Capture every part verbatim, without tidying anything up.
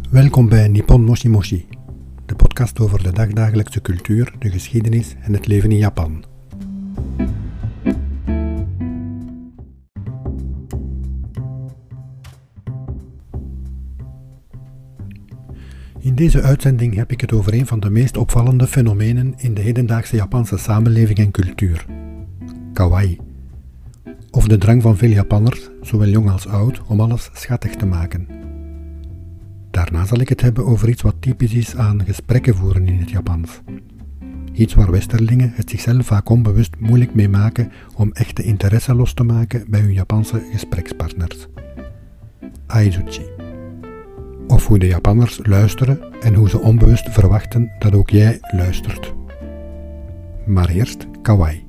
Welkom bij Nippon Moshi Moshi, de podcast over de dagdagelijkse cultuur, de geschiedenis en het leven in Japan. In deze uitzending heb ik het over een van de meest opvallende fenomenen in de hedendaagse Japanse samenleving en cultuur: kawaii. Of de drang van veel Japanners, zowel jong als oud, om alles schattig te maken. Daarna zal ik het hebben over iets wat typisch is aan gesprekken voeren in het Japans. Iets waar westerlingen het zichzelf vaak onbewust moeilijk mee maken om echte interesse los te maken bij hun Japanse gesprekspartners. Aizuchi. Of hoe de Japanners luisteren en hoe ze onbewust verwachten dat ook jij luistert. Maar eerst kawaii.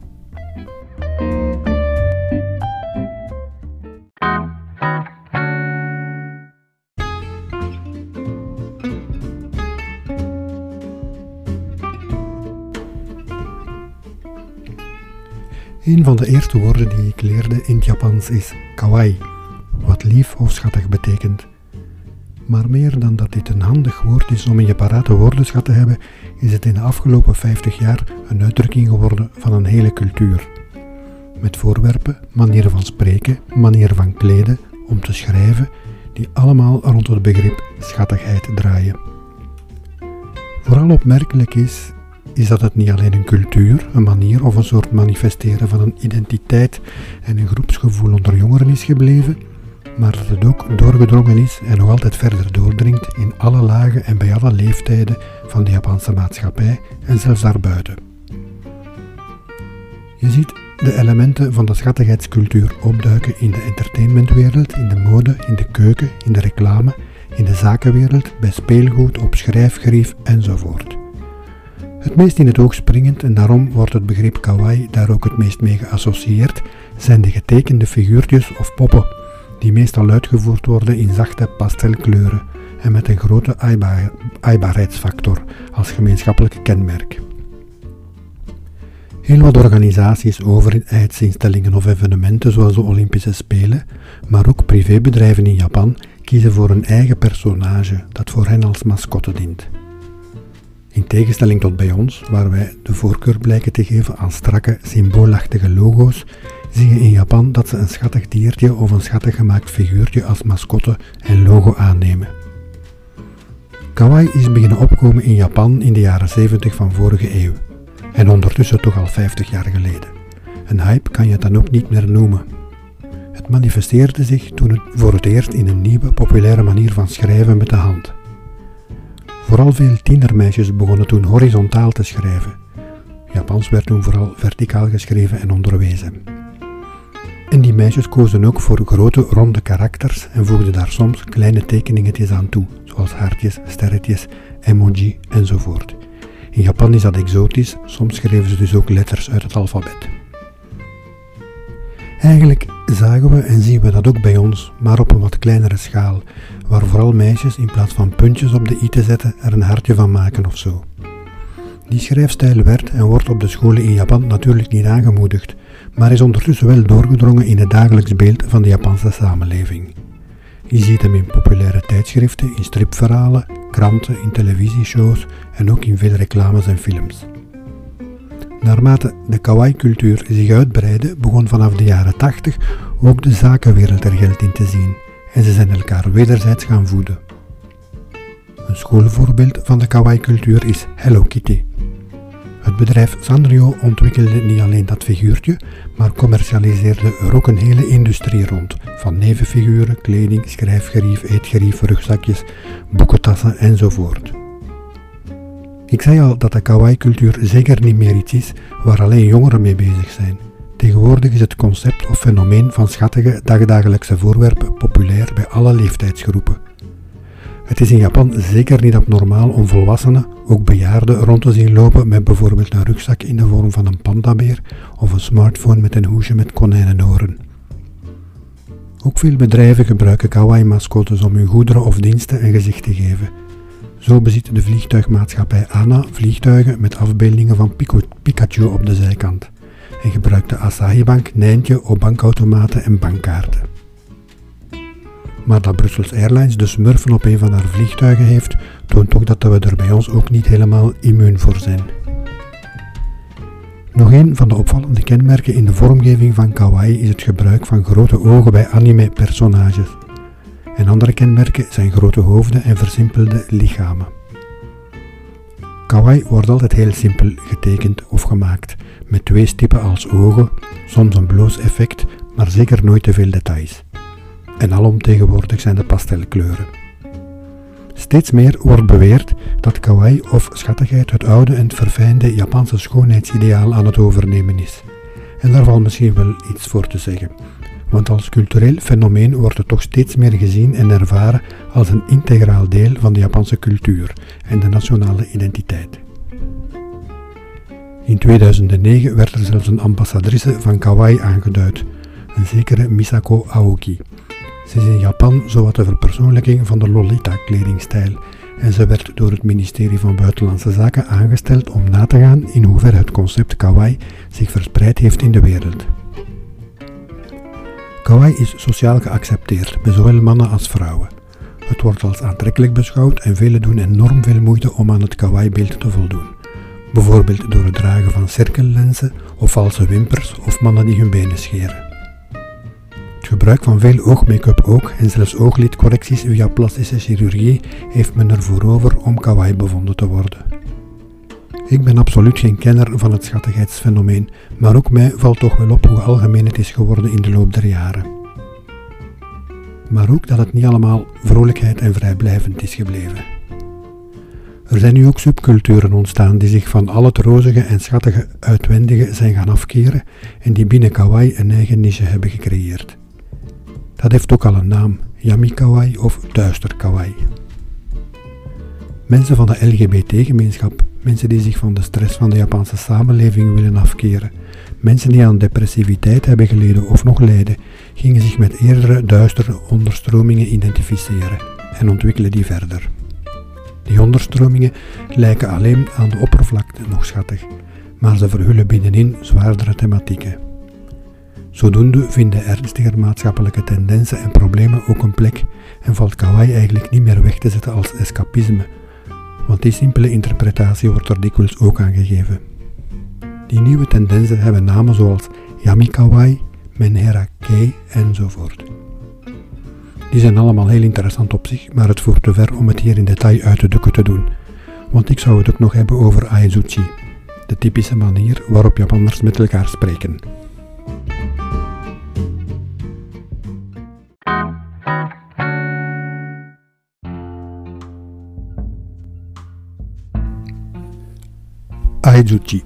Een van de eerste woorden die ik leerde in het Japans is kawaii, wat lief of schattig betekent. Maar meer dan dat dit een handig woord is om in je parate woordenschat te hebben, is het in de afgelopen vijftig jaar een uitdrukking geworden van een hele cultuur. Met voorwerpen, manieren van spreken, manieren van kleden, om te schrijven, die allemaal rond het begrip schattigheid draaien. Vooral opmerkelijk is, is dat het niet alleen een cultuur, een manier of een soort manifesteren van een identiteit en een groepsgevoel onder jongeren is gebleven, maar dat het ook doorgedrongen is en nog altijd verder doordringt in alle lagen en bij alle leeftijden van de Japanse maatschappij en zelfs daarbuiten. Je ziet de elementen van de schattigheidscultuur opduiken in de entertainmentwereld, in de mode, in de keuken, in de reclame, in de zakenwereld, bij speelgoed, op schrijfgerief enzovoort. Het meest in het oog springend, en daarom wordt het begrip kawaii daar ook het meest mee geassocieerd, zijn de getekende figuurtjes of poppen, die meestal uitgevoerd worden in zachte pastelkleuren en met een grote aaibaar, aaibaarheidsfactor als gemeenschappelijk kenmerk. Heel wat organisaties, overheidsinstellingen of evenementen zoals de Olympische Spelen, maar ook privébedrijven in Japan kiezen voor een eigen personage dat voor hen als mascotte dient. In tegenstelling tot bij ons, waar wij de voorkeur blijken te geven aan strakke, symboolachtige logo's, zie je in Japan dat ze een schattig diertje of een schattig gemaakt figuurtje als mascotte en logo aannemen. Kawaii is beginnen opkomen in Japan in de jaren zeventig van vorige eeuw, en ondertussen toch al vijftig jaar geleden. Een hype kan je het dan ook niet meer noemen. Het manifesteerde zich toen het voor het eerst in een nieuwe, populaire manier van schrijven met de hand. Vooral veel tienermeisjes begonnen toen horizontaal te schrijven. Japans werd toen vooral verticaal geschreven en onderwezen. En die meisjes kozen ook voor grote, ronde karakters en voegden daar soms kleine tekeningetjes aan toe, zoals hartjes, sterretjes, emoji enzovoort. In Japan is dat exotisch, soms schreven ze dus ook letters uit het alfabet. Eigenlijk zagen we en zien we dat ook bij ons, maar op een wat kleinere schaal, waar vooral meisjes in plaats van puntjes op de i te zetten er een hartje van maken of zo. Die schrijfstijl werd en wordt op de scholen in Japan natuurlijk niet aangemoedigd, maar is ondertussen wel doorgedrongen in het dagelijks beeld van de Japanse samenleving. Je ziet hem in populaire tijdschriften, in stripverhalen, kranten, in televisieshows en ook in veel reclames en films. Naarmate de kawaii-cultuur zich uitbreidde, begon vanaf de jaren tachtig ook de zakenwereld er geld in te zien en ze zijn elkaar wederzijds gaan voeden. Een schoolvoorbeeld van de kawaii-cultuur is Hello Kitty. Het bedrijf Sanrio ontwikkelde niet alleen dat figuurtje, maar commercialiseerde er ook een hele industrie rond, van nevenfiguren, kleding, schrijfgerief, eetgerief, rugzakjes, boekentassen enzovoort. Ik zei al dat de kawaii-cultuur zeker niet meer iets is waar alleen jongeren mee bezig zijn. Tegenwoordig is het concept of fenomeen van schattige dagdagelijkse voorwerpen populair bij alle leeftijdsgroepen. Het is in Japan zeker niet abnormaal om volwassenen, ook bejaarden, rond te zien lopen met bijvoorbeeld een rugzak in de vorm van een pandabeer of een smartphone met een hoesje met konijnenoren. Ook veel bedrijven gebruiken kawaii-mascottes om hun goederen of diensten een gezicht te geven. Zo bezit de vliegtuigmaatschappij ANA vliegtuigen met afbeeldingen van Pikachu op de zijkant en gebruikt de Asahi Bank Nijntje op bankautomaten en bankkaarten. Maar dat Brussels Airlines de smurfen op een van haar vliegtuigen heeft, toont toch dat we er bij ons ook niet helemaal immuun voor zijn. Nog een van de opvallende kenmerken in de vormgeving van kawaii is het gebruik van grote ogen bij anime-personages. En andere kenmerken zijn grote hoofden en versimpelde lichamen. Kawaii wordt altijd heel simpel getekend of gemaakt, met twee stippen als ogen, soms een bloos-effect, maar zeker nooit te veel details. En alomtegenwoordig zijn de pastelkleuren. Steeds meer wordt beweerd dat kawaii of schattigheid het oude en verfijnde Japanse schoonheidsideaal aan het overnemen is. En daar valt misschien wel iets voor te zeggen, want als cultureel fenomeen wordt het toch steeds meer gezien en ervaren als een integraal deel van de Japanse cultuur en de nationale identiteit. In tweeduizend negen werd er zelfs een ambassadrice van kawaii aangeduid, een zekere Misako Aoki. Ze is in Japan zowat de verpersoonlijking van de Lolita-kledingstijl en ze werd door het ministerie van Buitenlandse Zaken aangesteld om na te gaan in hoeverre het concept kawaii zich verspreid heeft in de wereld. Kawaii is sociaal geaccepteerd bij zowel mannen als vrouwen. Het wordt als aantrekkelijk beschouwd en velen doen enorm veel moeite om aan het kawaii-beeld te voldoen. Bijvoorbeeld door het dragen van cirkellenzen of valse wimpers of mannen die hun benen scheren. Het gebruik van veel oogmake-up ook en zelfs ooglidcorrecties via plastische chirurgie heeft men er voor over om kawaii bevonden te worden. Ik ben absoluut geen kenner van het schattigheidsfenomeen, maar ook mij valt toch wel op hoe algemeen het is geworden in de loop der jaren. Maar ook dat het niet allemaal vrolijkheid en vrijblijvend is gebleven. Er zijn nu ook subculturen ontstaan die zich van al het rozige en schattige uitwendige zijn gaan afkeren en die binnen kawaii een eigen niche hebben gecreëerd. Dat heeft ook al een naam, yami kawaii of duister kawaii. Mensen van de L G B T-gemeenschap, mensen die zich van de stress van de Japanse samenleving willen afkeren, mensen die aan depressiviteit hebben geleden of nog lijden, gingen zich met eerdere duistere onderstromingen identificeren en ontwikkelen die verder. Die onderstromingen lijken alleen aan de oppervlakte nog schattig, maar ze verhullen binnenin zwaardere thematieken. Zodoende vinden ernstiger maatschappelijke tendensen en problemen ook een plek en valt kawaii eigenlijk niet meer weg te zetten als escapisme, want die simpele interpretatie wordt er dikwijls ook aangegeven. Die nieuwe tendensen hebben namen zoals yami kawaii, menhera kei enzovoort. Die zijn allemaal heel interessant op zich, maar het voert te ver om het hier in detail uit de doeken te doen, want ik zou het ook nog hebben over aizuchi, de typische manier waarop Japanners met elkaar spreken. Aizuchi.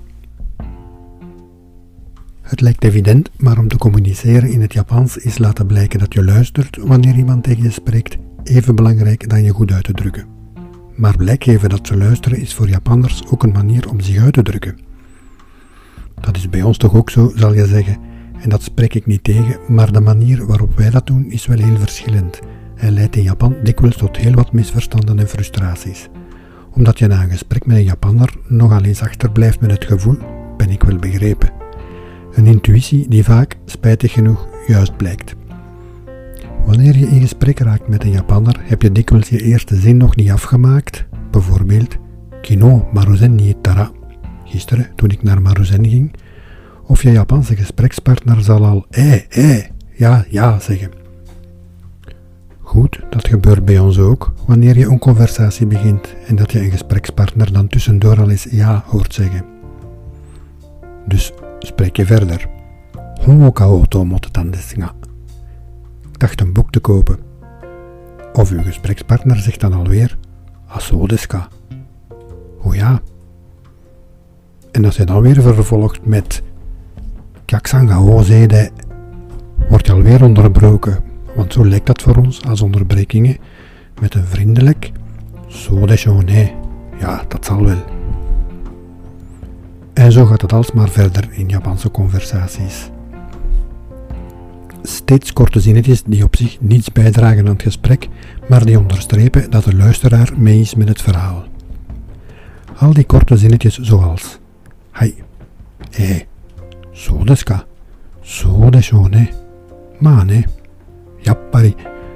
Het lijkt evident, maar om te communiceren in het Japans is laten blijken dat je luistert wanneer iemand tegen je spreekt even belangrijk dan je goed uit te drukken. Maar blijk geven dat ze luisteren is voor Japanners ook een manier om zich uit te drukken. Dat is bij ons toch ook zo, zal je zeggen, en dat spreek ik niet tegen, maar de manier waarop wij dat doen is wel heel verschillend en leidt in Japan dikwijls tot heel wat misverstanden en frustraties. Omdat je na een gesprek met een Japanner nogal eens achterblijft met het gevoel, ben ik wel begrepen. Een intuïtie die vaak, spijtig genoeg, juist blijkt. Wanneer je in gesprek raakt met een Japanner, heb je dikwijls je eerste zin nog niet afgemaakt. Bijvoorbeeld, Kino Maruzen ni ittara. Gisteren, toen ik naar Maruzen ging. Of je Japanse gesprekspartner zal al, eh, eh, ja, ja zeggen. Goed, dat gebeurt bij ons ook, wanneer je een conversatie begint en dat je een gesprekspartner dan tussendoor al eens ja hoort zeggen. Dus spreek je verder. Hon kao to omotte desu ga. Ik dacht een boek te kopen. Of uw gesprekspartner zegt dan alweer, ah so desu ka. O ja. En als je dan weer vervolgt met Kyakusan ga ozeide, wordt je alweer onderbroken, want zo lijkt dat voor ons als onderbrekingen met een vriendelijk so desho ne. Ja, dat zal wel. En zo gaat het alsmaar verder in Japanse conversaties. Steeds korte zinnetjes die op zich niets bijdragen aan het gesprek, maar die onderstrepen dat de luisteraar mee is met het verhaal. Al die korte zinnetjes zoals hai, eh, so desu ka, so desho ne, ma ne, yappari,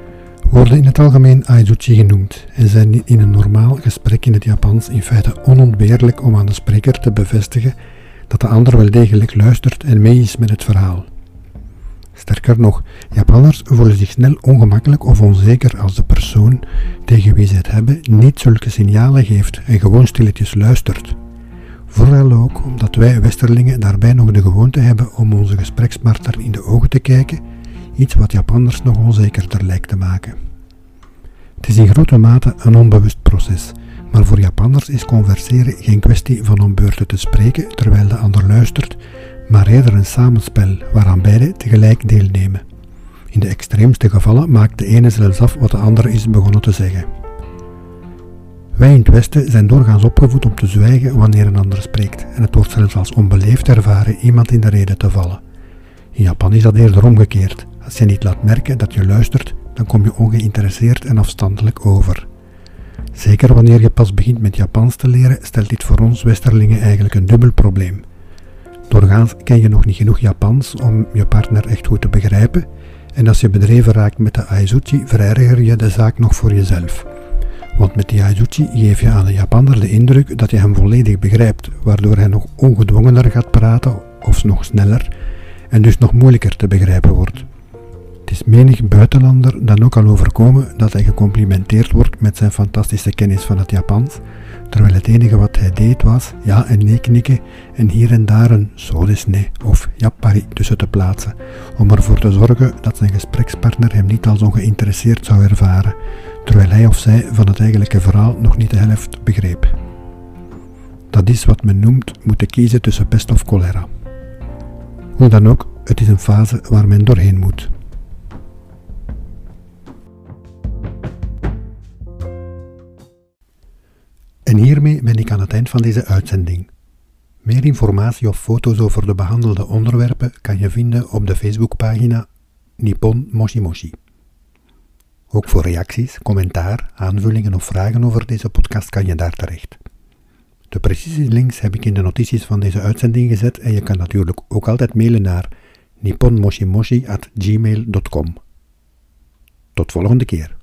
worden in het algemeen aizuchi genoemd en zijn in een normaal gesprek in het Japans in feite onontbeerlijk om aan de spreker te bevestigen dat de ander wel degelijk luistert en mee is met het verhaal. Sterker nog, Japanners voelen zich snel ongemakkelijk of onzeker als de persoon tegen wie ze het hebben niet zulke signalen geeft en gewoon stilletjes luistert. Vooral ook omdat wij Westerlingen daarbij nog de gewoonte hebben om onze gesprekspartner in de ogen te kijken, iets wat Japanners nog onzekerder lijkt te maken. Het is in grote mate een onbewust proces, maar voor Japanners is converseren geen kwestie van om beurten te spreken terwijl de ander luistert, maar eerder een samenspel waaraan beide tegelijk deelnemen. In de extreemste gevallen maakt de ene zelfs af wat de ander is begonnen te zeggen. Wij in het Westen zijn doorgaans opgevoed om te zwijgen wanneer een ander spreekt en het wordt zelfs als onbeleefd ervaren iemand in de rede te vallen. In Japan is dat eerder omgekeerd. Als je niet laat merken dat je luistert, dan kom je ongeïnteresseerd en afstandelijk over. Zeker wanneer je pas begint met Japans te leren, stelt dit voor ons Westerlingen eigenlijk een dubbel probleem. Doorgaans ken je nog niet genoeg Japans om je partner echt goed te begrijpen, en als je bedreven raakt met de aizuchi, vererger je de zaak nog voor jezelf. Want met die aizuchi geef je aan de Japanner de indruk dat je hem volledig begrijpt, waardoor hij nog ongedwongener gaat praten of nog sneller en dus nog moeilijker te begrijpen wordt. Het is menig buitenlander dan ook al overkomen dat hij gecomplimenteerd wordt met zijn fantastische kennis van het Japans, terwijl het enige wat hij deed was ja en nee knikken en hier en daar een so desu ne of jappari tussen te plaatsen, om ervoor te zorgen dat zijn gesprekspartner hem niet als ongeïnteresseerd zou ervaren, terwijl hij of zij van het eigenlijke verhaal nog niet de helft begreep. Dat is wat men noemt moeten kiezen tussen pest of cholera. Hoe dan ook, het is een fase waar men doorheen moet. En hiermee ben ik aan het eind van deze uitzending. Meer informatie of foto's over de behandelde onderwerpen kan je vinden op de Facebookpagina Nippon Moshi Moshi. Ook voor reacties, commentaar, aanvullingen of vragen over deze podcast kan je daar terecht. De precieze links heb ik in de notities van deze uitzending gezet en je kan natuurlijk ook altijd mailen naar nipponmoshimoshi at gmail dot com. Tot volgende keer.